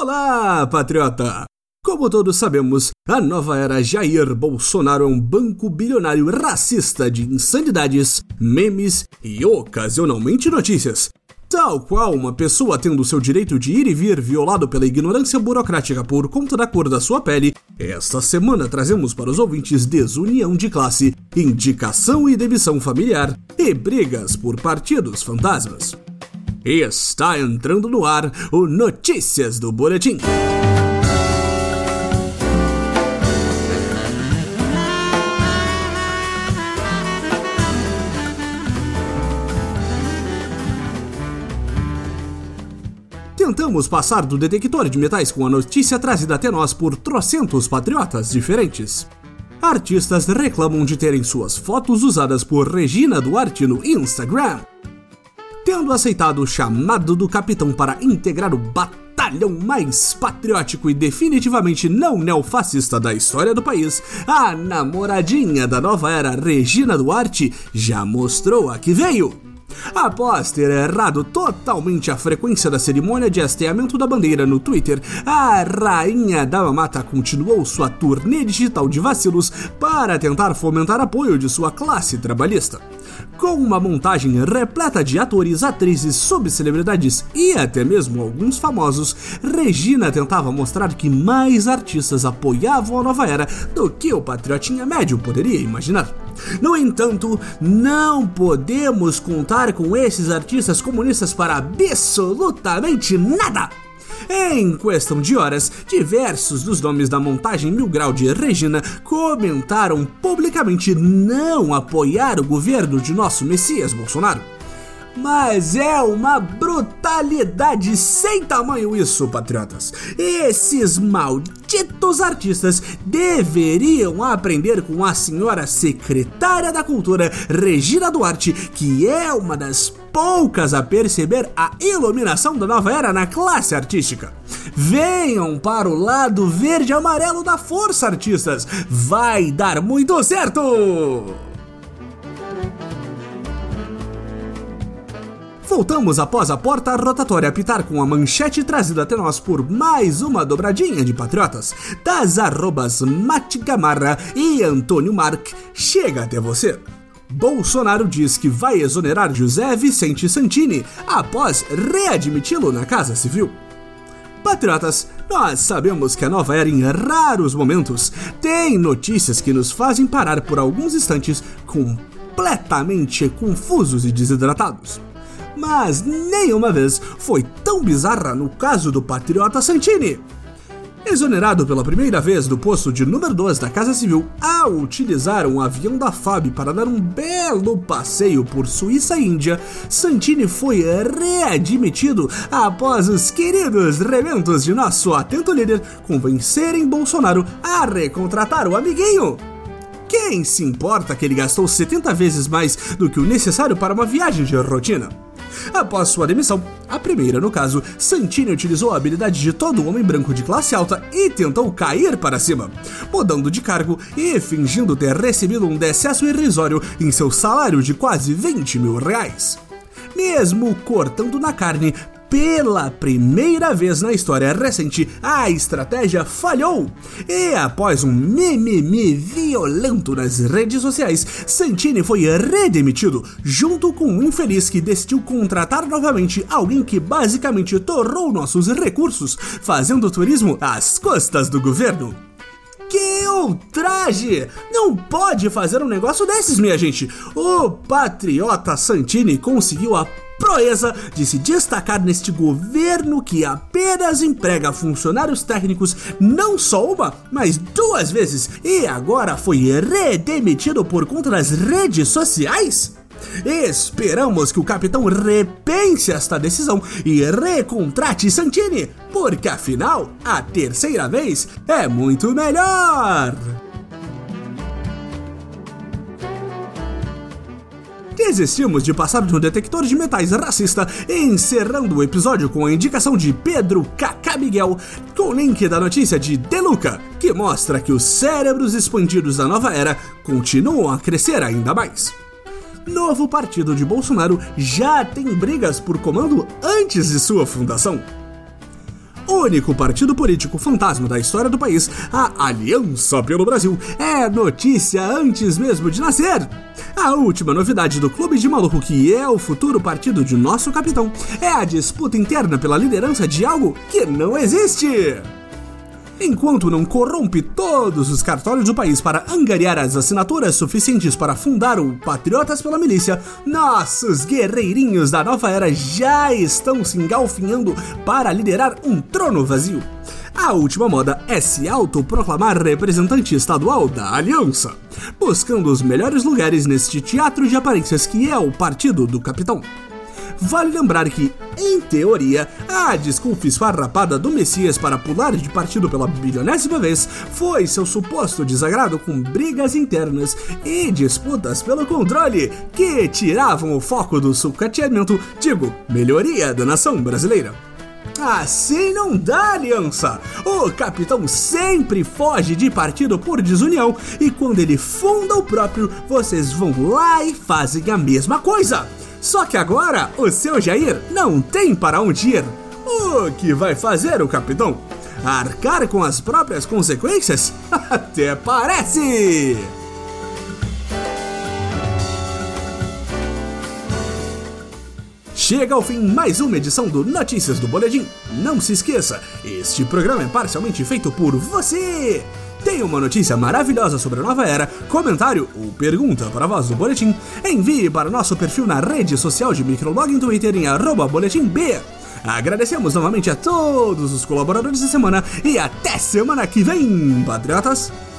Olá, patriota! Como todos sabemos, a nova era Jair Bolsonaro é um banco bilionário racista de insanidades, memes e ocasionalmente notícias. Tal qual uma pessoa tendo seu direito de ir e vir violado pela ignorância burocrática por conta da cor da sua pele, esta semana trazemos para os ouvintes desunião de classe, indicação e demissão familiar e brigas por partidos fantasmas. Está entrando no ar o Notícias do Boletim. Tentamos passar do detector de metais com a notícia trazida até nós por trocentos patriotas diferentes. Artistas reclamam de terem suas fotos usadas por Regina Duarte no Instagram. Tendo aceitado o chamado do capitão para integrar o batalhão mais patriótico e definitivamente não neofascista da história do país, a namoradinha da nova era Regina Duarte já mostrou a que veio. Após ter errado totalmente a frequência da cerimônia de hasteamento da bandeira no Twitter, a rainha da mamata continuou sua turnê digital de vacilos para tentar fomentar apoio de sua classe trabalhista. Com uma montagem repleta de atores, atrizes, subcelebridades e até mesmo alguns famosos, Regina tentava mostrar que mais artistas apoiavam a nova era do que o patriotinha médio poderia imaginar. No entanto, não podemos contar com esses artistas comunistas para absolutamente nada! Em questão de horas, diversos dos nomes da montagem Mil Grau de Regina comentaram publicamente não apoiar o governo de nosso Messias Bolsonaro. Mas é uma brutalidade sem tamanho isso, patriotas. Esses malditos artistas deveriam aprender com a senhora secretária da Cultura, Regina Duarte, que é uma das poucas a perceber a iluminação da nova era na classe artística. Venham para o lado verde e amarelo da força, artistas. Vai dar muito certo! Voltamos após a porta rotatória apitar com a manchete trazida até nós por mais uma dobradinha de patriotas, das arrobas Mate Gamarra e Antônio Mark, chega até você. Bolsonaro diz que vai exonerar José Vicente Santini após readmiti-lo na Casa Civil. Patriotas, nós sabemos que a nova era, em raros momentos, tem notícias que nos fazem parar por alguns instantes completamente confusos e desidratados. Mas nenhuma vez foi tão bizarra no caso do patriota Santini. Exonerado pela primeira vez do posto de número 2 da Casa Civil ao utilizar um avião da FAB para dar um belo passeio por Suíça e Índia, Santini foi readmitido após os queridos rementos de nosso atento líder convencerem Bolsonaro a recontratar o amiguinho. Quem se importa que ele gastou 70 vezes mais do que o necessário para uma viagem de rotina? Após sua demissão, a primeira no caso, Santini utilizou a habilidade de todo homem branco de classe alta e tentou cair para cima, mudando de cargo e fingindo ter recebido um decesso irrisório em seu salário de quase R$20 mil. Mesmo cortando na carne, pela primeira vez na história recente, a estratégia falhou. E após um mimimi violento nas redes sociais, Santini foi redemitido, junto com um infeliz que decidiu contratar novamente alguém que basicamente torrou nossos recursos, fazendo turismo às custas do governo. Que ultraje! Não pode fazer um negócio desses, minha gente! O patriota Santini conseguiu a proeza de se destacar neste governo que apenas emprega funcionários técnicos não só uma, mas 2 vezes e agora foi redemitido por conta das redes sociais? Esperamos que o capitão repense esta decisão e recontrate Santini, porque afinal, a terceira vez é muito melhor! Desistimos de passar no detector de metais racista, encerrando o episódio com a indicação de Pedro Kaká Miguel, com link da notícia de Deluca, que mostra que os cérebros expandidos da nova era continuam a crescer ainda mais. Novo partido de Bolsonaro já tem brigas por comando antes de sua fundação. único partido político fantasma da história do país, a Aliança pelo Brasil é notícia antes mesmo de nascer. A última novidade do Clube de Maluco, que é o futuro partido de nosso capitão, é a disputa interna pela liderança de algo que não existe. Enquanto não corrompe todos os cartórios do país para angariar as assinaturas suficientes para fundar o Patriotas pela Milícia, nossos guerreirinhos da nova era já estão se engalfinhando para liderar um trono vazio. A última moda é se autoproclamar representante estadual da Aliança, buscando os melhores lugares neste teatro de aparências que é o partido do capitão. Vale lembrar que, em teoria, a desculpa esfarrapada do Messias para pular de partido pela bilionésima vez foi seu suposto desagrado com brigas internas e disputas pelo controle que tiravam o foco do sucateamento, melhoria da nação brasileira. Assim não dá, Aliança! O capitão sempre foge de partido por desunião e quando ele funda o próprio, vocês vão lá e fazem a mesma coisa! Só que agora, o seu Jair não tem para onde ir. O que vai fazer o capitão? Arcar com as próprias consequências? Até parece! Chega ao fim mais uma edição do Notícias do Boletim. Não se esqueça, este programa é parcialmente feito por você! Tem uma notícia maravilhosa sobre a nova era, comentário ou pergunta para a voz do Boletim? Envie para nosso perfil na rede social de microblog em Twitter em @boletimb. Agradecemos novamente a todos os colaboradores da semana e até semana que vem, patriotas!